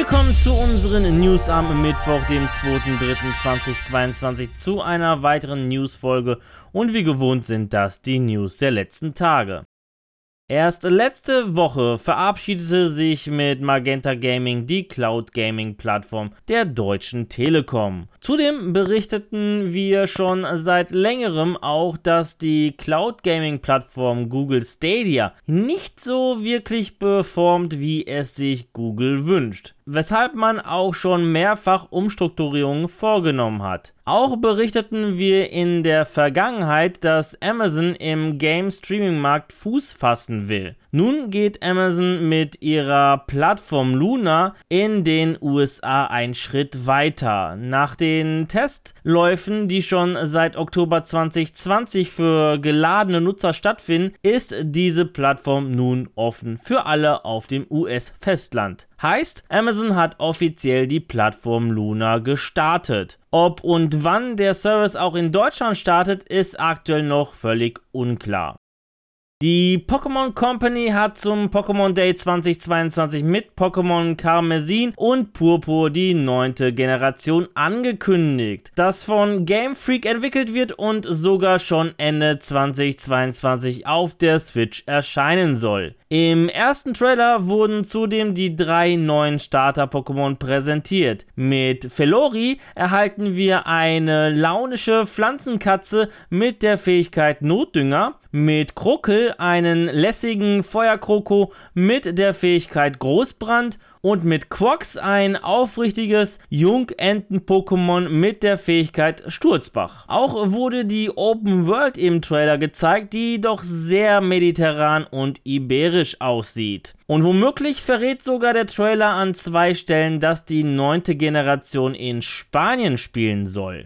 Willkommen zu unseren News am Mittwoch, dem 2.3.2022, zu einer weiteren News-Folge und wie gewohnt sind das die News der letzten Tage. Erst letzte Woche verabschiedete sich mit Magenta Gaming die Cloud Gaming Plattform der Deutschen Telekom. Zudem berichteten wir schon seit längerem auch, dass die Cloud Gaming Plattform Google Stadia nicht so wirklich performt, wie es sich Google wünscht, weshalb man auch schon mehrfach Umstrukturierungen vorgenommen hat. Auch berichteten wir in der Vergangenheit, dass Amazon im Game-Streaming-Markt Fuß fassen will. Nun geht Amazon mit ihrer Plattform Luna in den USA einen Schritt weiter. Nach den Testläufen, die schon seit Oktober 2020 für geladene Nutzer stattfinden, ist diese Plattform nun offen für alle auf dem US-Festland. Heißt, Amazon hat offiziell die Plattform Luna gestartet. Ob und wann der Service auch in Deutschland startet, ist aktuell noch völlig unklar. Die Pokémon Company hat zum Pokémon Day 2022 mit Pokémon Karmesin und Purpur die 9. Generation angekündigt, das von Game Freak entwickelt wird und sogar schon Ende 2022 auf der Switch erscheinen soll. Im ersten Trailer wurden zudem die 3 neuen Starter-Pokémon präsentiert. Mit Felori erhalten wir eine launische Pflanzenkatze mit der Fähigkeit Notdünger, mit Krokel einen lässigen Feuerkroko mit der Fähigkeit Großbrand und mit Quox ein aufrichtiges Jungenten-Pokémon mit der Fähigkeit Sturzbach. Auch wurde die Open World im Trailer gezeigt, die doch sehr mediterran und iberisch aussieht. Und womöglich verrät sogar der Trailer an 2 Stellen, dass die 9. Generation in Spanien spielen soll.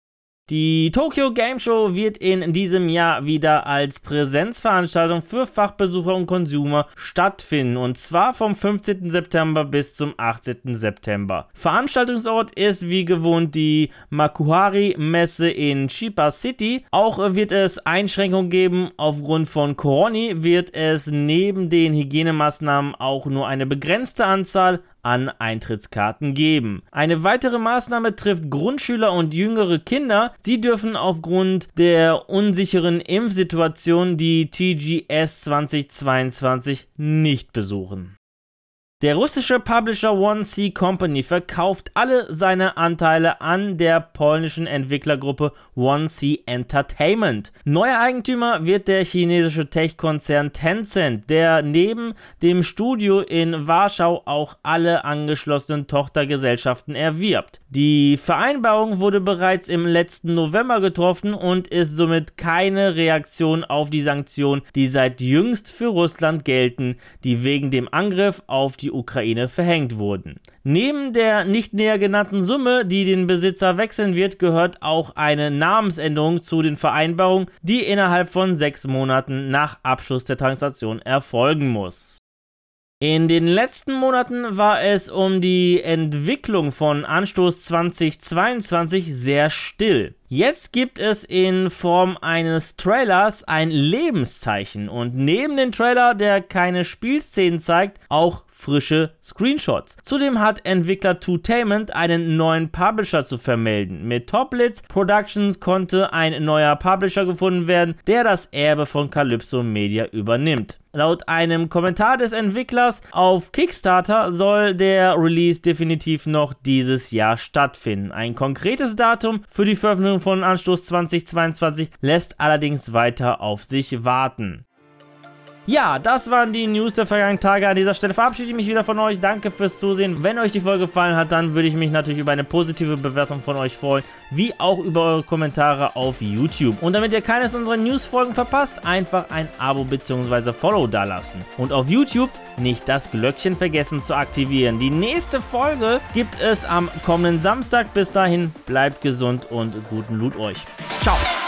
Die Tokyo Game Show wird in diesem Jahr wieder als Präsenzveranstaltung für Fachbesucher und Consumer stattfinden, und zwar vom 15. September bis zum 18. September. Veranstaltungsort ist wie gewohnt die Makuhari Messe in Chiba City. Auch wird es Einschränkungen geben. Aufgrund von Corona wird es neben den Hygienemaßnahmen auch nur eine begrenzte Anzahl an Eintrittskarten geben. Eine weitere Maßnahme trifft Grundschüler und jüngere Kinder. Sie dürfen aufgrund der unsicheren Impfsituation die TGS 2022 nicht besuchen. Der russische Publisher 1C Company verkauft alle seine Anteile an der polnischen Entwicklergruppe 1C Entertainment. Neuer Eigentümer wird der chinesische Tech-Konzern Tencent, der neben dem Studio in Warschau auch alle angeschlossenen Tochtergesellschaften erwirbt. Die Vereinbarung wurde bereits im letzten November getroffen und ist somit keine Reaktion auf die Sanktionen, die seit jüngst für Russland gelten, die wegen dem Angriff auf die Ukraine verhängt wurden. Neben der nicht näher genannten Summe, die den Besitzer wechseln wird, gehört auch eine Namensänderung zu den Vereinbarungen, die innerhalb von 6 Monaten nach Abschluss der Transaktion erfolgen muss. In den letzten Monaten war es um die Entwicklung von Anstoß 2022 sehr still. Jetzt gibt es in Form eines Trailers ein Lebenszeichen und neben dem Trailer, der keine Spielszenen zeigt, auch frische Screenshots. Zudem hat Entwickler Twotainment einen neuen Publisher zu vermelden. Mit Toplitz Productions konnte ein neuer Publisher gefunden werden, der das Erbe von Kalypso Media übernimmt. Laut einem Kommentar des Entwicklers auf Kickstarter soll der Release definitiv noch dieses Jahr stattfinden. Ein konkretes Datum für die Veröffentlichung von Anstoß 2022 lässt allerdings weiter auf sich warten. Ja, das waren die News der vergangenen Tage. An dieser Stelle verabschiede ich mich wieder von euch. Danke fürs Zusehen. Wenn euch die Folge gefallen hat, dann würde ich mich natürlich über eine positive Bewertung von euch freuen, wie auch über eure Kommentare auf YouTube. Und damit ihr keines unserer News-Folgen verpasst, einfach ein Abo bzw. Follow dalassen. Und auf YouTube nicht das Glöckchen vergessen zu aktivieren. Die nächste Folge gibt es am kommenden Samstag. Bis dahin, bleibt gesund und guten Loot euch. Ciao!